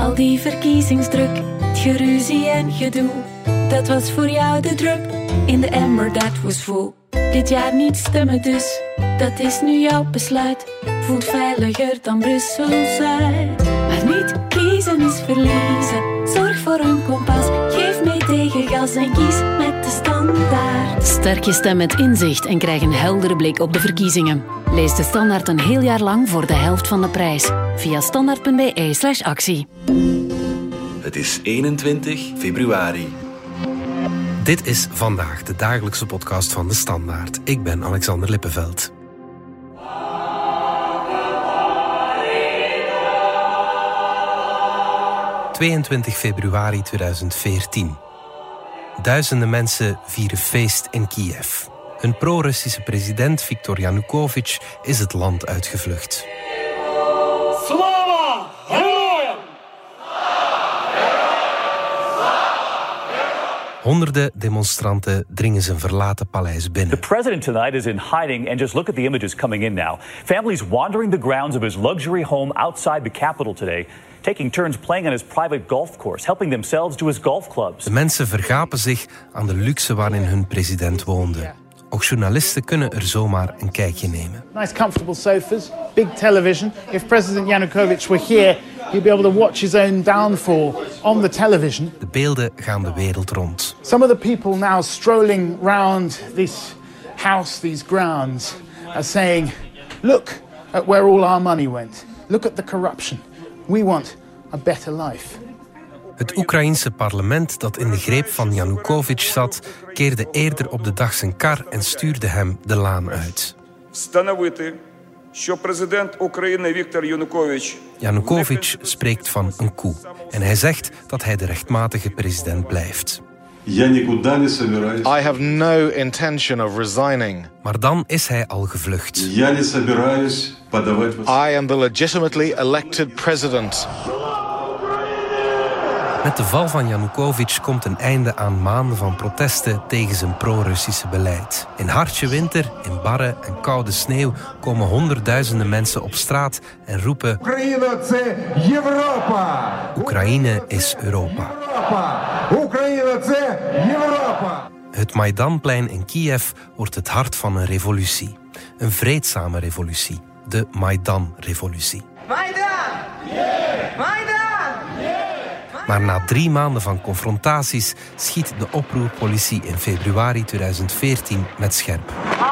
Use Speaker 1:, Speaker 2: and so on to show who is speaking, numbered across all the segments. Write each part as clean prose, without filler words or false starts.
Speaker 1: Al die verkiezingsdruk, het geruzie en gedoe, dat was voor jou de drup in de emmer, dat was vol. Dit jaar niet stemmen dus, dat is nu jouw besluit. Voelt veiliger dan Brussel-Zuid. Maar niet kiezen is verliezen, zorg voor een kompas. Geef mee tegen gas en kies met de Standaard.
Speaker 2: Sterk je stem met inzicht en krijg een heldere blik op de verkiezingen. Lees de Standaard een heel jaar lang voor de helft van de prijs. Via standaard.be/actie.
Speaker 3: Het is 21 februari.
Speaker 4: Dit is Vandaag, de dagelijkse podcast van de Standaard. Ik ben Alexander Lippenveld. ...22 februari 2014. Duizenden mensen vieren feest in Kiev. Hun pro-Russische president Viktor Yanukovych is het land uitgevlucht.
Speaker 5: Slava Heroyam!
Speaker 4: Honderden demonstranten dringen zijn verlaten paleis binnen.
Speaker 6: The president tonight is in hiding, and just look at the images coming in now. Families wandering the grounds of his luxury home outside the capital today, taking turns playing on his private golf course, helping themselves to his golf clubs.
Speaker 4: De mensen vergapen zich aan de luxe waarin hun president woonde. Ook journalisten kunnen er zomaar een kijkje nemen.
Speaker 7: Nice comfortable sofas, big television. If President Yanukovych were here, he'd be able to watch his own downfall on the television.
Speaker 4: De beelden gaan de wereld rond.
Speaker 7: Some of the people now strolling round this house, these grounds, are saying, look at where all our money went. Look at the corruption. We want a better life.
Speaker 4: Het Oekraïense parlement dat in de greep van Yanukovych zat, keerde eerder op de dag zijn kar en stuurde hem de laan uit. Yanukovych spreekt van een coup en hij zegt dat hij de rechtmatige president blijft.
Speaker 8: I have no intention of resigning.
Speaker 4: Maar dan is hij al gevlucht.
Speaker 8: I am the legitimately elected president.
Speaker 4: Met de val van Yanukovych komt een einde aan maanden van protesten tegen zijn pro-Russische beleid. In hartje winter, in barre en koude sneeuw komen honderdduizenden mensen op straat en roepen: Oekraïne is Europa. Het Maidanplein in Kiev wordt het hart van een revolutie. Een vreedzame revolutie. De Maidan-revolutie. Maar na 3 maanden van confrontaties schiet de oproerpolitie in februari 2014 met scherp.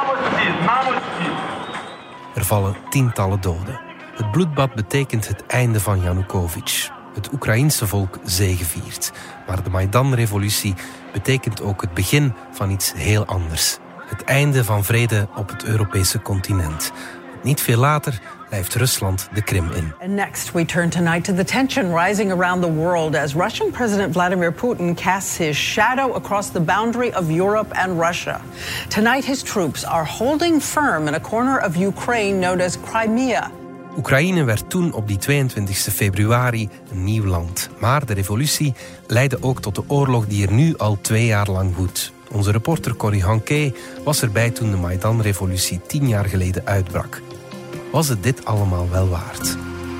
Speaker 4: Er vallen tientallen doden. Het bloedbad betekent het einde van Yanukovych. Het Oekraïense volk zegeviert. Maar de Maidan-revolutie betekent ook het begin van iets heel anders. Het einde van vrede op het Europese continent. Niet veel later lijft Rusland de Krim in.
Speaker 9: And next we turn tonight to the tension rising around the world as Russian President Vladimir Putin casts his shadow across the boundary of Europe and Russia. Tonight his troops are holding firm in a corner of Ukraine known as Crimea.
Speaker 4: Oekraïne werd toen op die 22 februari een nieuw land. Maar de revolutie leidde ook tot de oorlog die er nu al 2 jaar lang woedt. Onze reporter Corrie Hanke was erbij toen de Maidan-revolutie 10 jaar geleden uitbrak. Was het dit allemaal wel waard?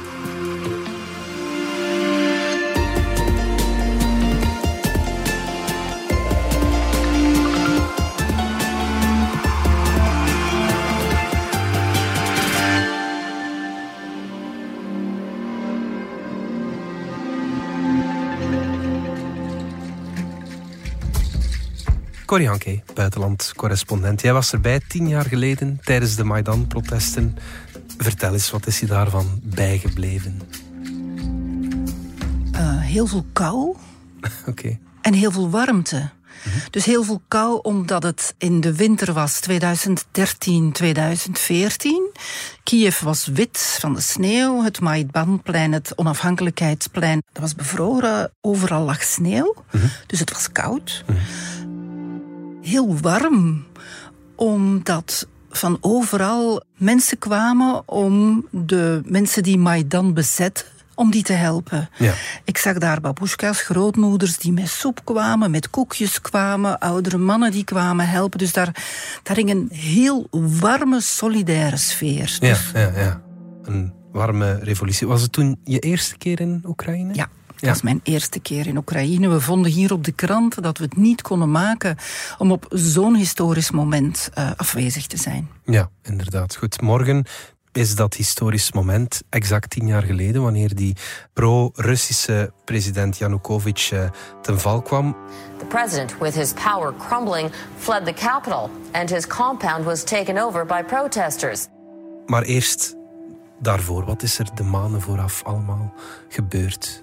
Speaker 4: Corrie Hanke, buitenland-correspondent. Jij was erbij 10 jaar geleden tijdens de Maidan-protesten. Vertel eens, wat is je daarvan bijgebleven?
Speaker 10: Heel veel kou.
Speaker 4: Okay.
Speaker 10: En heel veel warmte. Dus heel veel kou omdat het in de winter was 2013, 2014. Kiev was wit van de sneeuw. Het Maidanplein, het onafhankelijkheidsplein, dat was bevroren. Overal lag sneeuw. Dus het was koud. Heel warm, omdat van overal mensen kwamen om de mensen die Maidan bezetten, om die te helpen. Ja. Ik zag daar babushka's, grootmoeders die met soep kwamen, met koekjes kwamen, oudere mannen die kwamen helpen. Dus daar hing een heel warme, solidaire sfeer.
Speaker 4: Ja, dus... ja. Een warme revolutie. Was het toen je eerste keer in Oekraïne?
Speaker 10: Ja. Dat was mijn eerste keer in Oekraïne. We vonden hier op de krant dat we het niet konden maken om op zo'n historisch moment afwezig te zijn.
Speaker 4: Ja, inderdaad. Goed, morgen is dat historisch moment exact 10 jaar geleden, wanneer die pro-Russische president Yanukovych ten val kwam.
Speaker 5: The president, with his power crumbling, fled the capital and his compound was taken over by protesters.
Speaker 4: Maar eerst daarvoor, wat is er de maanden vooraf allemaal gebeurd?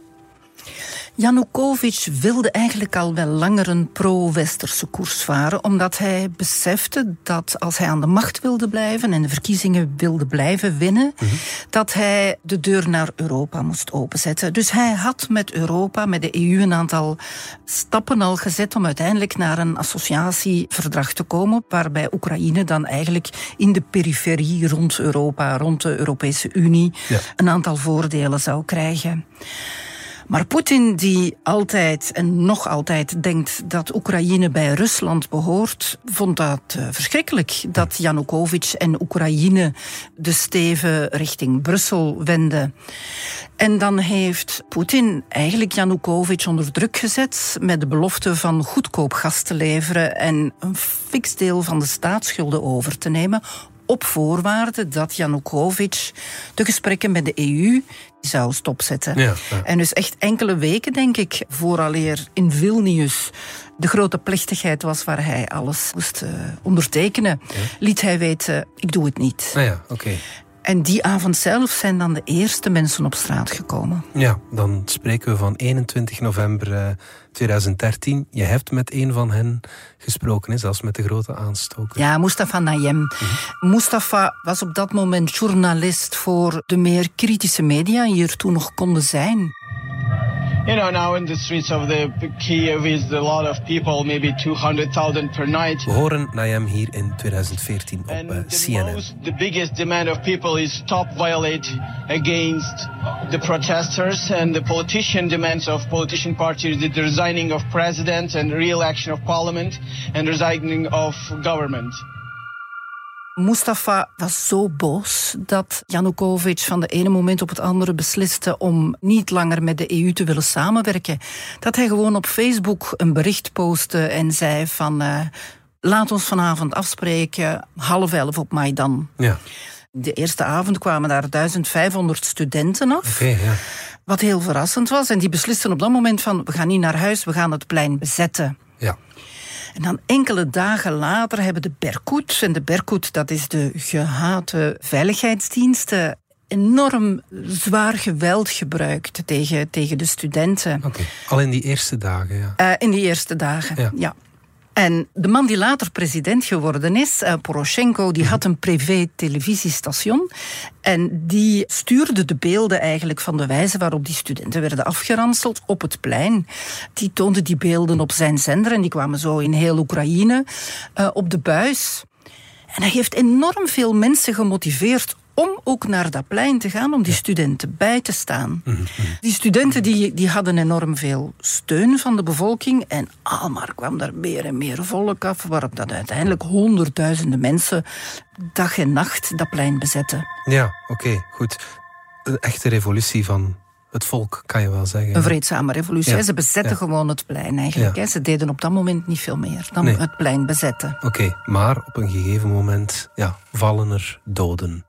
Speaker 10: Yanukovych wilde eigenlijk al wel langer een pro-westerse koers varen, omdat hij besefte dat als hij aan de macht wilde blijven en de verkiezingen wilde blijven winnen, dat hij de deur naar Europa moest openzetten. Dus hij had met Europa, met de EU, een aantal stappen al gezet om uiteindelijk naar een associatieverdrag te komen, waarbij Oekraïne dan eigenlijk in de periferie rond Europa, rond de Europese Unie, een aantal voordelen zou krijgen. Maar Poetin, die altijd en nog altijd denkt dat Oekraïne bij Rusland behoort, vond dat verschrikkelijk dat Yanukovych en Oekraïne de steven richting Brussel wenden. En dan heeft Poetin eigenlijk Yanukovych onder druk gezet met de belofte van goedkoop gas te leveren en een fix deel van de staatsschulden over te nemen, op voorwaarde dat Yanukovych de gesprekken met de EU zou stopzetten. Ja. En dus echt enkele weken, denk ik, vooraleer in Vilnius de grote plechtigheid was waar hij alles moest ondertekenen, liet hij weten, ik doe het niet.
Speaker 4: Oké.
Speaker 10: En die avond zelf zijn dan de eerste mensen op straat gekomen.
Speaker 4: Ja, dan spreken we van 21 november 2013. Je hebt met een van hen gesproken, zelfs met de grote aanstoker.
Speaker 10: Ja, Mustafa Najem. Mustafa was op dat moment journalist voor de meer kritische media die er toen nog konden zijn.
Speaker 11: You know, now in the streets of the Kiev is a lot of people, maybe 200,000 per night.
Speaker 4: We horen Najem hier in 2014 op CNN.
Speaker 11: The biggest demand of people is stop violate against the protesters, and the politician demands of politician parties the resigning of president and re-election of parliament and resigning of government.
Speaker 10: Mustafa was zo boos dat Yanukovych van de ene moment op het andere besliste om niet langer met de EU te willen samenwerken. Dat hij gewoon op Facebook een bericht postte en zei van laat ons vanavond afspreken 10:30 op Maidan.
Speaker 4: Ja.
Speaker 10: De eerste avond kwamen daar 1500 studenten af.
Speaker 4: Okay, ja.
Speaker 10: Wat heel verrassend was. En die beslisten op dat moment van we gaan niet naar huis, we gaan het plein bezetten.
Speaker 4: Ja.
Speaker 10: En dan enkele dagen later hebben de Berkut, en de Berkut dat is de gehate veiligheidsdiensten, enorm zwaar geweld gebruikt tegen de studenten.
Speaker 4: Oké. Al in die eerste dagen, ja.
Speaker 10: In die eerste dagen, ja. En de man die later president geworden is, Poroshenko, die had een privé-televisiestation. En die stuurde de beelden eigenlijk van de wijze waarop die studenten werden afgeranseld op het plein. Die toonde die beelden op zijn zender en die kwamen zo in heel Oekraïne op de buis. En hij heeft enorm veel mensen gemotiveerd om ook naar dat plein te gaan, om die studenten bij te staan. Die studenten die hadden enorm veel steun van de bevolking en almaar kwam daar meer en meer volk af, waarop dat uiteindelijk honderdduizenden mensen dag en nacht dat plein bezetten.
Speaker 4: Ja, oké, goed. Een echte revolutie van het volk, kan je wel zeggen.
Speaker 10: Een vreedzame revolutie. Ja. Ze bezetten gewoon het plein eigenlijk. Ja. Ze deden op dat moment niet veel meer dan het plein bezetten.
Speaker 4: Oké, maar op een gegeven moment vallen er doden.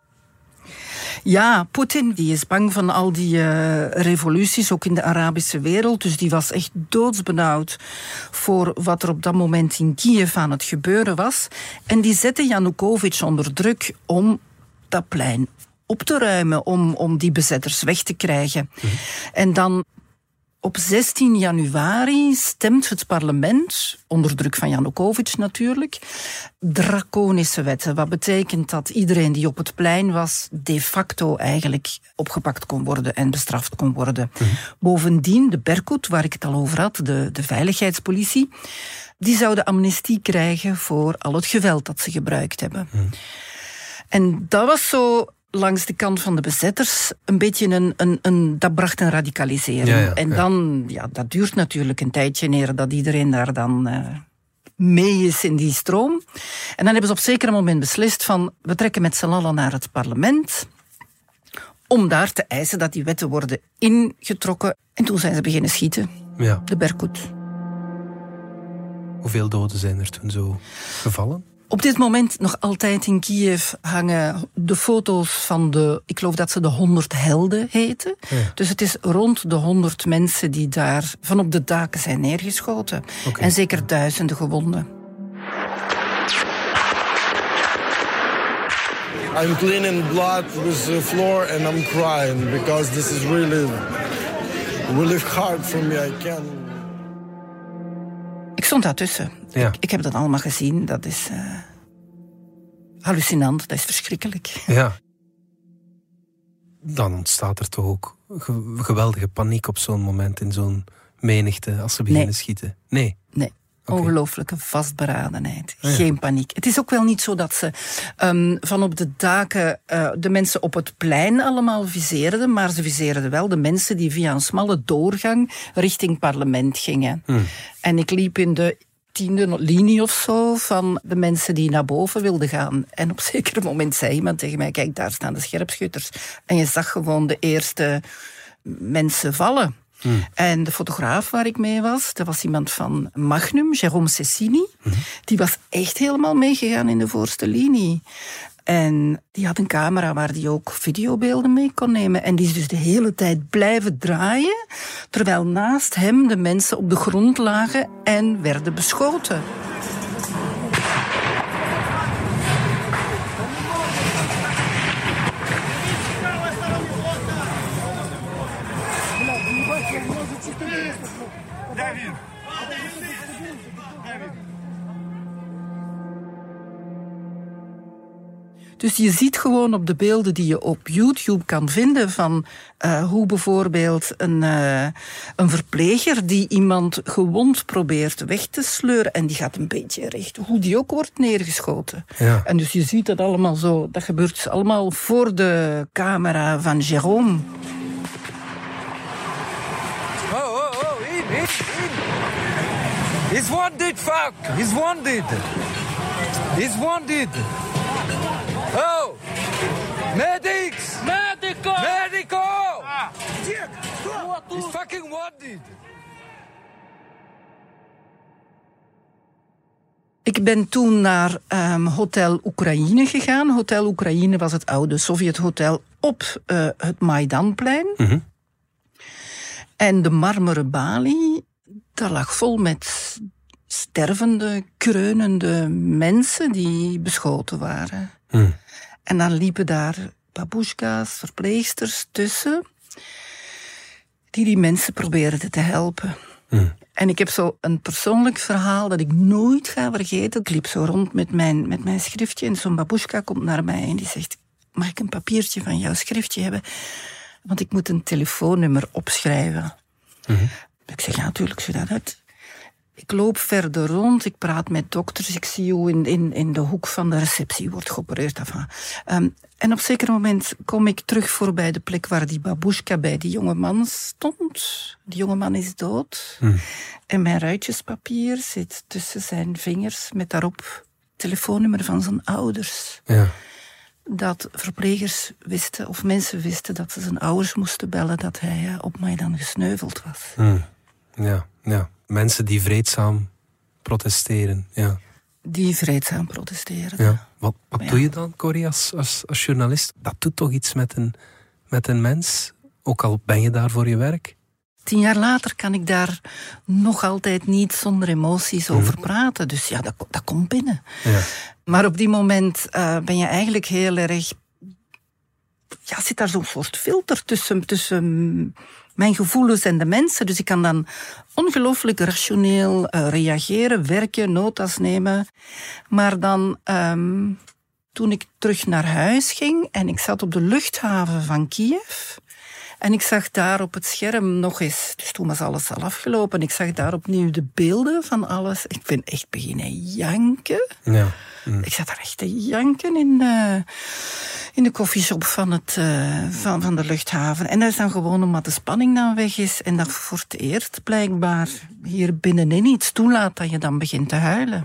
Speaker 10: Ja, Poetin die is bang van al die revoluties, ook in de Arabische wereld. Dus die was echt doodsbenauwd voor wat er op dat moment in Kiev aan het gebeuren was. En die zette Yanukovych onder druk om dat plein op te ruimen, om die bezetters weg te krijgen. En dan op 16 januari stemt het parlement, onder druk van Yanukovych natuurlijk, draconische wetten. Wat betekent dat iedereen die op het plein was, de facto eigenlijk opgepakt kon worden en bestraft kon worden. Bovendien, de Berkut, waar ik het al over had, de veiligheidspolitie, die zouden amnestie krijgen voor al het geweld dat ze gebruikt hebben. En dat was zo langs de kant van de bezetters een beetje dat bracht een radicalisering. En dan, dat duurt natuurlijk een tijdje neer dat iedereen daar dan mee is in die stroom. En dan hebben ze op zeker moment beslist van, we trekken met z'n allen naar het parlement om daar te eisen dat die wetten worden ingetrokken. En toen zijn ze beginnen schieten.
Speaker 4: Ja.
Speaker 10: De Berkut.
Speaker 4: Hoeveel doden zijn er toen zo gevallen?
Speaker 10: Op dit moment nog altijd in Kiev hangen de foto's van ik geloof dat ze de 100 helden heten. Ja. Dus het is rond de 100 mensen die daar van op de daken zijn neergeschoten. Okay. En zeker duizenden gewonden.
Speaker 12: I'm cleaning blood with the floor and I'm crying because this is really hard for me. I can't.
Speaker 10: Ik stond daartussen. Ja. Ik heb dat allemaal gezien. Dat is hallucinant. Dat is verschrikkelijk.
Speaker 4: Ja. Dan ontstaat er toch ook geweldige paniek op zo'n moment in zo'n menigte als ze beginnen schieten. Nee.
Speaker 10: Okay. Ongelooflijke vastberadenheid. Ja. Geen paniek. Het is ook wel niet zo dat ze van op de daken de mensen op het plein allemaal viseerden, maar ze viseerden wel de mensen die via een smalle doorgang richting parlement gingen. En ik liep in de 10e linie of zo van de mensen die naar boven wilden gaan. En op een zeker moment zei iemand tegen mij, kijk, daar staan de scherpschutters. En je zag gewoon de eerste mensen vallen. En de fotograaf waar ik mee was, dat was iemand van Magnum, Jérôme Cecchini. Die was echt helemaal meegegaan in de voorste linie. En die had een camera waar die ook videobeelden mee kon nemen. En die is dus de hele tijd blijven draaien, terwijl naast hem de mensen op de grond lagen en werden beschoten. Dus je ziet gewoon op de beelden die je op YouTube kan vinden van hoe bijvoorbeeld een verpleger die iemand gewond probeert weg te sleuren en die gaat een beetje recht, hoe die ook wordt neergeschoten. Ja. En dus je ziet dat allemaal zo, dat gebeurt dus allemaal voor de camera van Jérôme.
Speaker 13: In. He's wounded, fuck! He's wounded! He's wounded! Oh! Medics! Medico! Medico! He's fucking wounded!
Speaker 10: Ik ben toen naar Hotel Oekraïne gegaan. Hotel Oekraïne was het oude Sovjethotel op het Maidanplein. Mm-hmm. En de marmeren balie, dat lag vol met stervende, kreunende mensen die beschoten waren. En dan liepen daar babushka's, verpleegsters tussen, die mensen probeerden te helpen. En ik heb zo een persoonlijk verhaal dat ik nooit ga vergeten. Ik liep zo rond met mijn schriftje en zo'n babushka komt naar mij en die zegt, mag ik een papiertje van jouw schriftje hebben? Want ik moet een telefoonnummer opschrijven. Ik zeg, ja, natuurlijk, zie dat uit. Ik loop verder rond, ik praat met dokters, ik zie hoe in de hoek van de receptie wordt geopereerd. En op een zeker moment kom ik terug voorbij de plek waar die babushka bij die jongeman stond. Die jongeman is dood. En mijn ruitjespapier zit tussen zijn vingers met daarop het telefoonnummer van zijn ouders. Ja. Dat verplegers wisten, of mensen wisten, dat ze zijn ouders moesten bellen dat hij op Maidan gesneuveld was.
Speaker 4: Ja. Mensen die vreedzaam protesteren. Ja.
Speaker 10: Die vreedzaam protesteren.
Speaker 4: Ja. Wat doe je dan, Corrie, als journalist? Dat doet toch iets met een mens? Ook al ben je daar voor je werk?
Speaker 10: 10 jaar later kan ik daar nog altijd niet zonder emoties over praten. Dus ja, dat komt binnen. Ja. Maar op die moment ben je eigenlijk heel erg... Ja, zit daar zo'n soort filter tussen mijn gevoelens en de mensen. Dus ik kan dan ongelooflijk rationeel reageren, werken, notas nemen. Maar dan, toen ik terug naar huis ging en ik zat op de luchthaven van Kiev... En ik zag daar op het scherm nog eens... Dus toen was alles al afgelopen. Ik zag daar opnieuw de beelden van alles. Ik ben echt beginnen janken. Ja. Ik zat daar echt te janken in de koffieshop van de luchthaven. En dat is dan gewoon omdat de spanning dan weg is. En dat voor het eerst blijkbaar hier binnenin iets toelaat dat je dan begint te huilen.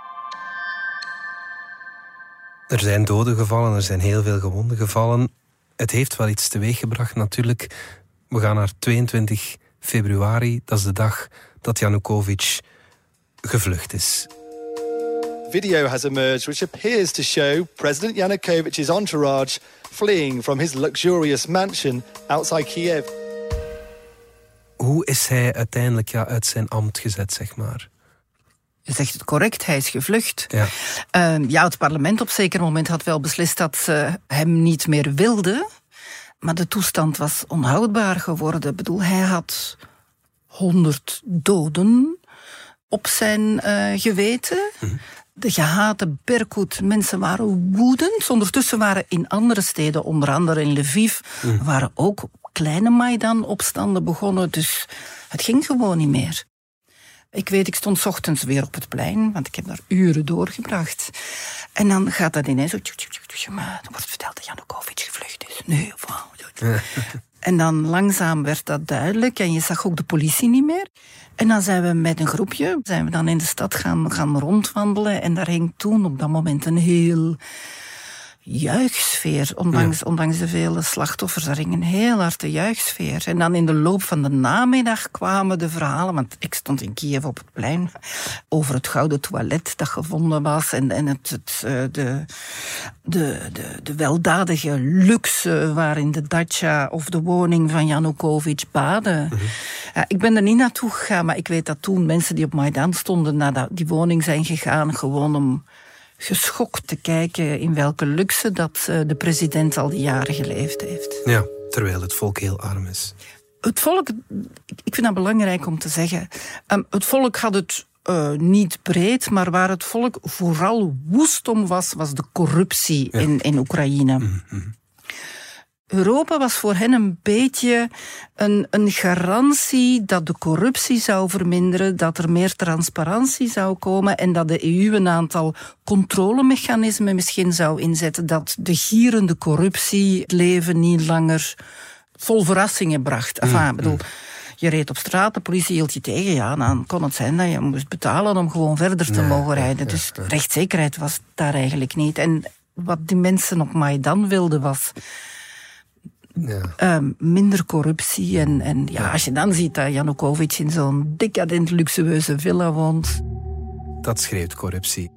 Speaker 4: Er zijn doden gevallen, er zijn heel veel gewonden gevallen. Het heeft wel iets teweeggebracht natuurlijk. We gaan naar 22 februari. Dat is de dag dat Yanukovych gevlucht is.
Speaker 14: Video has emerged which appears to show President Yanukovych's entourage fleeing from his luxurious mansion outside Kiev.
Speaker 4: Hoe is hij uiteindelijk uit zijn ambt gezet, zeg maar?
Speaker 10: Je zegt het correct, hij is gevlucht.
Speaker 4: Ja.
Speaker 10: Het parlement op zeker moment had wel beslist dat ze hem niet meer wilden. Maar de toestand was onhoudbaar geworden. Ik bedoel, hij had 100 doden op zijn geweten. De gehate Berkut, mensen waren woedend. Ondertussen waren in andere steden, onder andere in Lviv, waren ook kleine Maidan-opstanden begonnen. Dus het ging gewoon niet meer. Ik stond 's ochtends weer op het plein, want ik heb daar uren doorgebracht. En dan gaat dat ineens zo... Maar er wordt verteld dat Yanukovych gevlucht is. Nee, En dan langzaam werd dat duidelijk en je zag ook de politie niet meer. En dan zijn we met een groepje dan in de stad gaan rondwandelen. En daar hing toen op dat moment een heel juichsfeer. Ondanks de vele slachtoffers, daar hing een heel harde juichsfeer. En dan in de loop van de namiddag kwamen de verhalen, want ik stond in Kiev op het plein, over het gouden toilet dat gevonden was en de weldadige luxe waarin de dacha of de woning van Yanukovych baden. Ja, ik ben er niet naartoe gegaan, maar ik weet dat toen mensen die op Maidan stonden naar die woning zijn gegaan, gewoon om geschokt te kijken in welke luxe dat de president al die jaren geleefd heeft.
Speaker 4: Ja, terwijl het volk heel arm is.
Speaker 10: Het volk, ik vind dat belangrijk om te zeggen, het volk had het niet breed, maar waar het volk vooral woest om was de corruptie in Oekraïne. Europa was voor hen een beetje een garantie dat de corruptie zou verminderen, dat er meer transparantie zou komen en dat de EU een aantal controlemechanismen misschien zou inzetten, dat de gierende corruptie het leven niet langer vol verrassingen bracht. Bedoel, je reed op straat, de politie hield je tegen, ja, dan kon het zijn dat je moest betalen om gewoon verder te mogen rijden. Dus rechtszekerheid was daar eigenlijk niet. En wat die mensen op Maidan wilden was minder corruptie. En als je dan ziet dat Yanukovych in zo'n decadent luxueuze villa woont.
Speaker 4: Dat schreeuwt corruptie.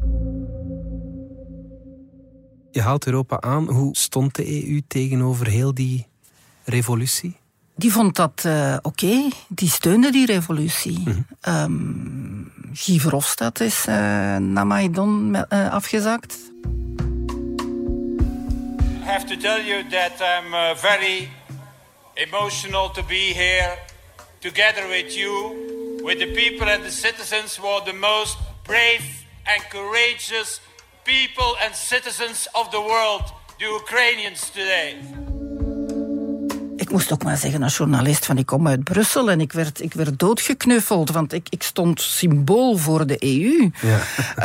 Speaker 4: Je haalt Europa aan. Hoe stond de EU tegenover heel die revolutie?
Speaker 10: Die vond dat oké. Die steunde die revolutie. Guy Verhofstadt is naar Maidan afgezakt.
Speaker 15: I have to tell you that I'm very emotional to be here together with you, with the people and the citizens who are the most brave and courageous people and citizens of the world, the Ukrainians today.
Speaker 10: Ik moest ook maar zeggen als journalist van ik kom uit Brussel en ik werd doodgeknuffeld, want ik stond symbool voor de EU. Ja.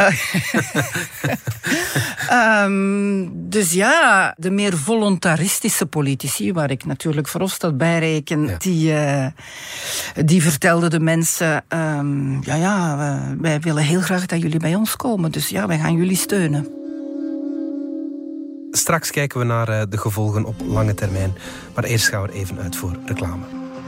Speaker 10: Dus ja, de meer voluntaristische politici, waar ik natuurlijk Verhofstadt bij reken, die vertelden de mensen, wij willen heel graag dat jullie bij ons komen, dus ja, wij gaan jullie steunen.
Speaker 4: Straks kijken we naar de gevolgen op lange termijn. Maar eerst gaan we er even uit voor reclame.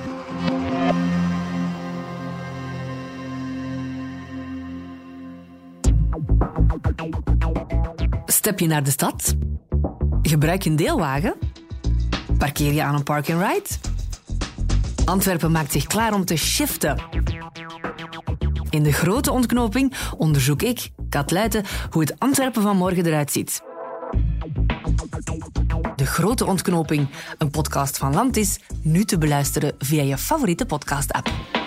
Speaker 16: Stap je naar de stad? Gebruik je een deelwagen? Parkeer je aan een park-and-ride? Antwerpen maakt zich klaar om te shiften. In de grote ontknoping onderzoek ik, Kat Luijten, hoe het Antwerpen van morgen eruit ziet. De Grote Ontknoping, een podcast van Landis, nu te beluisteren via je favoriete podcast-app.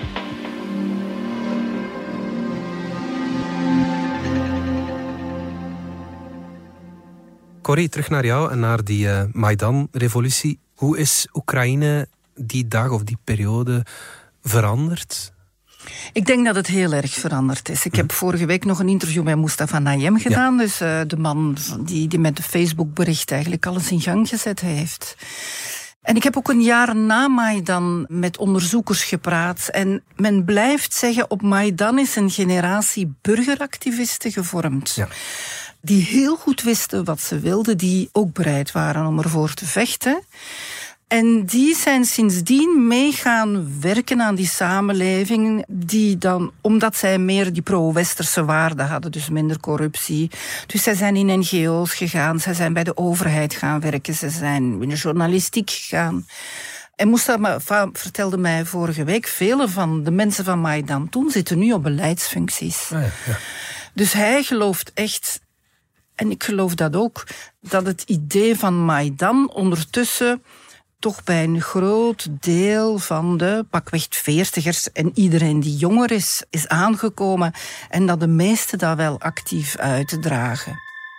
Speaker 4: Corrie, terug naar jou en naar die Maidan-revolutie. Hoe is Oekraïne die dag of die periode veranderd?
Speaker 10: Ik denk dat het heel erg veranderd is. Ik heb vorige week nog een interview met Mustafa Najem gedaan. Ja. Dus de man die met de Facebook-bericht eigenlijk alles in gang gezet heeft. En ik heb ook een jaar na Maidan met onderzoekers gepraat. En men blijft zeggen, op Maidan is een generatie burgeractivisten gevormd. Ja. die heel goed wisten wat ze wilden, die ook bereid waren om ervoor te vechten. En die zijn sindsdien mee gaan werken aan die samenleving, die dan, omdat zij meer die pro-westerse waarden hadden, dus minder corruptie. Dus zij zijn in NGO's gegaan, zij zijn bij de overheid gaan werken, zij zijn in de journalistiek gegaan. En Mustafa vertelde mij vorige week, vele van de mensen van Maidan toen zitten nu op beleidsfuncties. Ja. Dus hij gelooft echt, en ik geloof dat ook, dat het idee van Maidan ondertussen toch bij een groot deel van de pakweg 40ers en iedereen die jonger is aangekomen en dat de meesten dat wel actief uitdragen.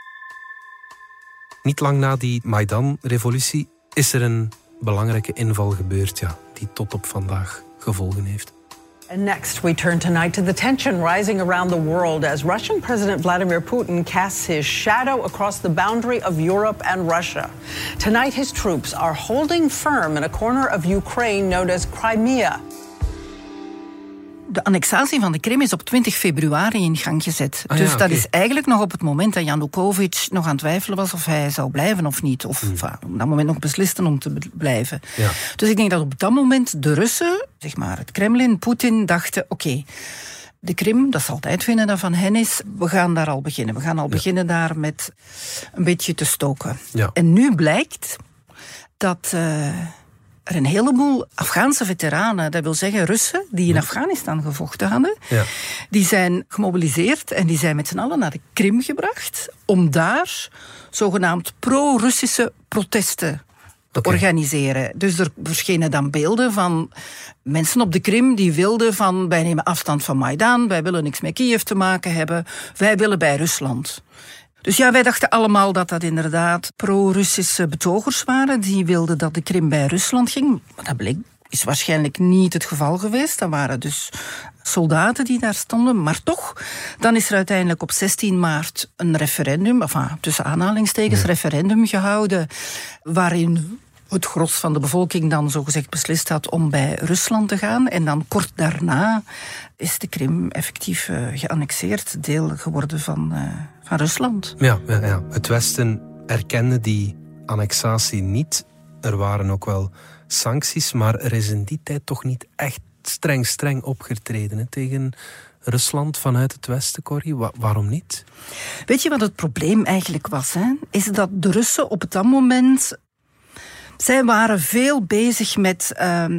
Speaker 4: Niet lang na die Maidan-revolutie is er een belangrijke inval gebeurd, die tot op vandaag gevolgen heeft.
Speaker 9: And next, we turn tonight to the tension rising around the world as Russian President Vladimir Putin casts his shadow across the boundary of Europe and Russia. Tonight, his troops are holding firm in a corner of Ukraine known as Crimea.
Speaker 10: De annexatie van de Krim is op 20 februari in gang gezet. Dus dat is eigenlijk nog op het moment dat Yanukovych nog aan het twijfelen was of hij zou blijven of niet. Of op dat moment nog beslisten om te blijven. Ja. Dus ik denk dat op dat moment de Russen, zeg maar het Kremlin, Poetin, dachten oké, de Krim, dat is altijd vinden dat van hen is, we gaan daar al beginnen. We gaan al beginnen daar met een beetje te stoken. Ja. En nu blijkt dat er een heleboel Afghaanse veteranen, dat wil zeggen Russen, die in Afghanistan gevochten hadden, die zijn gemobiliseerd en die zijn met z'n allen naar de Krim gebracht om daar zogenaamd pro-Russische protesten te organiseren. Dus er verschenen dan beelden van mensen op de Krim die wilden van wij nemen afstand van Maidan, wij willen niks met Kiev te maken hebben, wij willen bij Rusland. Dus wij dachten allemaal dat dat inderdaad pro-Russische betogers waren. Die wilden dat de Krim bij Rusland ging. Maar dat is waarschijnlijk niet het geval geweest. Dat waren dus soldaten die daar stonden. Maar toch, dan is er uiteindelijk op 16 maart een referendum, tussen aanhalingstekens, referendum gehouden, waarin het gros van de bevolking dan zogezegd beslist had om bij Rusland te gaan. En dan kort daarna is de Krim effectief geannexeerd, deel geworden van Rusland. Ja.
Speaker 4: Het Westen erkende die annexatie niet. Er waren ook wel sancties, maar er is in die tijd toch niet echt streng opgetreden tegen Rusland vanuit het Westen, Corrie. Waarom niet?
Speaker 10: Weet je wat het probleem eigenlijk was? Is dat de Russen op dat moment, zij waren veel bezig met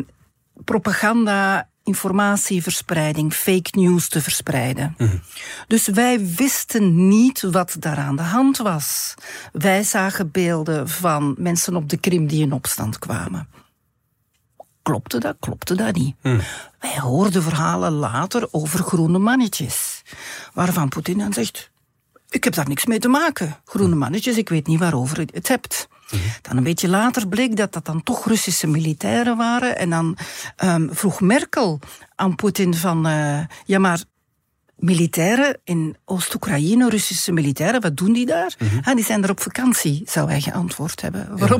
Speaker 10: propaganda, informatieverspreiding, fake news te verspreiden. Dus wij wisten niet wat daar aan de hand was. Wij zagen beelden van mensen op de Krim die in opstand kwamen. Klopte dat niet. Wij hoorden verhalen later over groene mannetjes, waarvan Poetin dan zegt, ik heb daar niks mee te maken. Groene mannetjes, ik weet niet waarover je het hebt. Dan een beetje later bleek dat dat dan toch Russische militairen waren. En dan vroeg Merkel aan Poetin van, maar militairen in Oost-Oekraïne, Russische militairen, wat doen die daar? Die zijn er op vakantie, zou hij geantwoord hebben. Waarop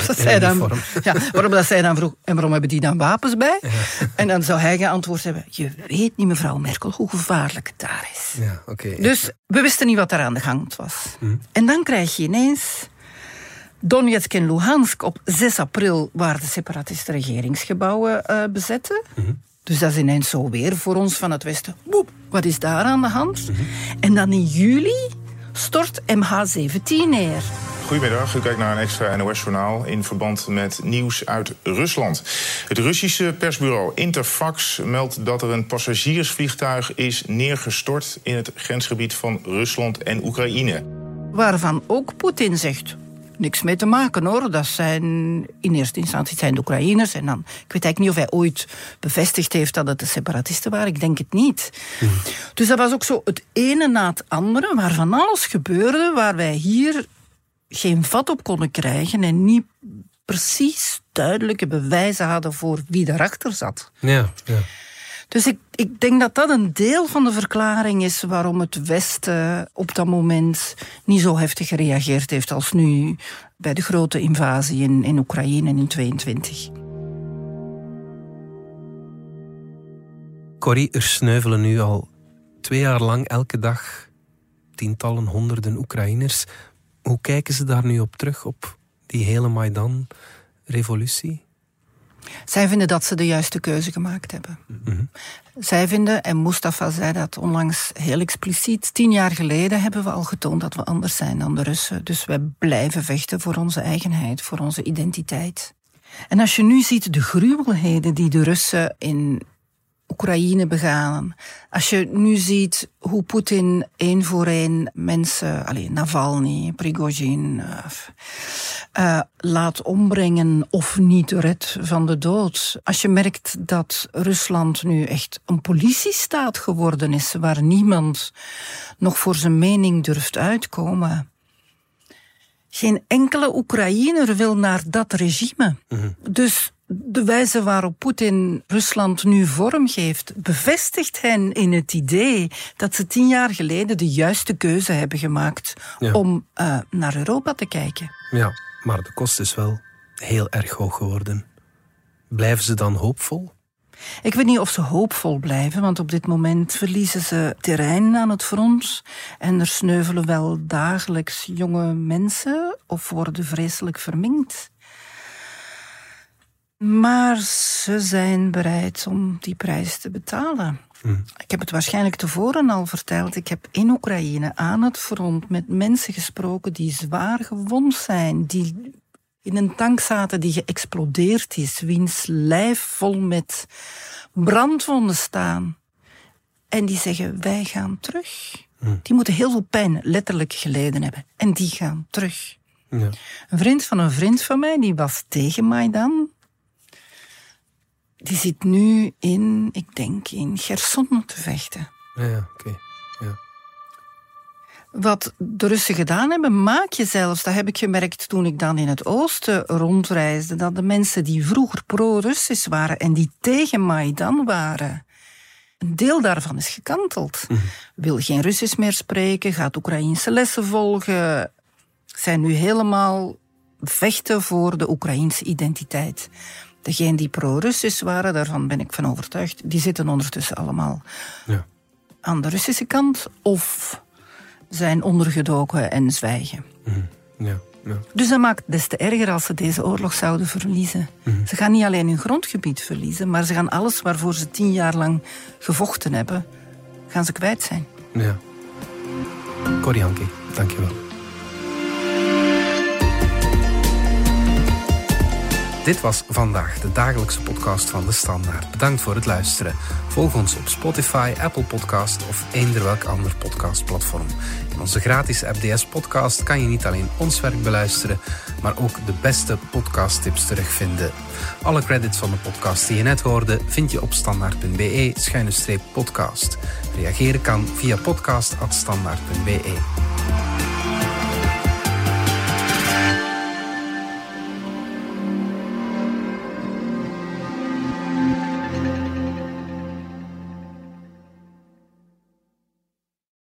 Speaker 10: dat zij dan vroeg, en waarom hebben die dan wapens bij? En dan zou hij geantwoord hebben, je weet niet, mevrouw Merkel, hoe gevaarlijk het daar is. Dus we wisten niet wat er aan de gang was. En dan krijg je ineens Donetsk en Luhansk op 6 april, waar de separatisten regeringsgebouwen bezetten. Dus dat is ineens zo weer voor ons van het Westen. Boep, wat is daar aan de hand? En dan in juli stort MH17 neer.
Speaker 17: Goedemiddag, u kijkt naar een extra NOS-journaal in verband met nieuws uit Rusland. Het Russische persbureau Interfax meldt dat er een passagiersvliegtuig is neergestort in het grensgebied van Rusland en Oekraïne.
Speaker 10: Waarvan ook Poetin zegt, niks mee te maken hoor, dat zijn in eerste instantie de Oekraïners. En dan, ik weet eigenlijk niet of hij ooit bevestigd heeft dat het de separatisten waren, ik denk het niet. Dus dat was ook zo het ene na het andere, waar van alles gebeurde, waar wij hier geen vat op konden krijgen en niet precies duidelijke bewijzen hadden voor wie daarachter zat. Ja. Dus ik denk dat dat een deel van de verklaring is waarom het Westen op dat moment niet zo heftig gereageerd heeft als nu bij de grote invasie in Oekraïne in 2022.
Speaker 4: Corrie, er sneuvelen nu al 2 jaar lang elke dag tientallen, honderden Oekraïners. Hoe kijken ze daar nu op terug, op die hele Maidan-revolutie?
Speaker 10: Zij vinden dat ze de juiste keuze gemaakt hebben. Mm-hmm. Zij vinden, en Mustafa zei dat onlangs heel expliciet, 10 jaar geleden hebben we al getoond dat we anders zijn dan de Russen. Dus wij blijven vechten voor onze eigenheid, voor onze identiteit. En als je nu ziet de gruwelheden die de Russen in Oekraïne begaan. Als je nu ziet hoe Poetin 1 voor 1 mensen, Navalny, Prigozhin, laat ombrengen of niet redt van de dood. Als je merkt dat Rusland nu echt een politiestaat geworden is, waar niemand nog voor zijn mening durft uitkomen. Geen enkele Oekraïner wil naar dat regime. Mm-hmm. Dus de wijze waarop Poetin Rusland nu vormgeeft, bevestigt hen in het idee dat ze 10 jaar geleden de juiste keuze hebben gemaakt om naar Europa te kijken.
Speaker 4: Ja, maar de kost is wel heel erg hoog geworden. Blijven ze dan hoopvol?
Speaker 10: Ik weet niet of ze hoopvol blijven, want op dit moment verliezen ze terrein aan het front en er sneuvelen wel dagelijks jonge mensen of worden vreselijk verminkt. Maar ze zijn bereid om die prijs te betalen. Ik heb het waarschijnlijk tevoren al verteld. Ik heb in Oekraïne aan het front met mensen gesproken die zwaar gewond zijn, die in een tank zaten die geëxplodeerd is, wiens lijf vol met brandwonden staan. En die zeggen, wij gaan terug. Die moeten heel veel pijn letterlijk geleden hebben. En die gaan terug. Ja. Een vriend van mij, die was tegen Maidan. Die zit nu in Cherson te vechten.
Speaker 4: Ja, oké. Ja.
Speaker 10: Wat de Russen gedaan hebben, maak je zelfs, dat heb ik gemerkt toen ik dan in het oosten rondreisde, dat de mensen die vroeger pro-Russisch waren en die tegen Maidan waren, een deel daarvan is gekanteld. Wil geen Russisch meer spreken, gaat Oekraïense lessen volgen, zijn nu helemaal vechten voor de Oekraïense identiteit. Degenen die pro-Russisch waren, daarvan ben ik van overtuigd, die zitten ondertussen allemaal aan de Russische kant of zijn ondergedoken en zwijgen.
Speaker 4: Ja.
Speaker 10: Dus dat maakt het des te erger als ze deze oorlog zouden verliezen. Ze gaan niet alleen hun grondgebied verliezen, maar ze gaan alles waarvoor ze 10 jaar lang gevochten hebben, gaan ze kwijt zijn.
Speaker 4: Ja. Corrie Hanke, dank je wel. Dit was vandaag de dagelijkse podcast van De Standaard. Bedankt voor het luisteren. Volg ons op Spotify, Apple Podcast of eender welk ander podcastplatform. In onze gratis FDS-podcast kan je niet alleen ons werk beluisteren, maar ook de beste podcasttips terugvinden. Alle credits van de podcast die je net hoorde vind je op standaard.be/podcast. Reageren kan via podcast@standaard.be.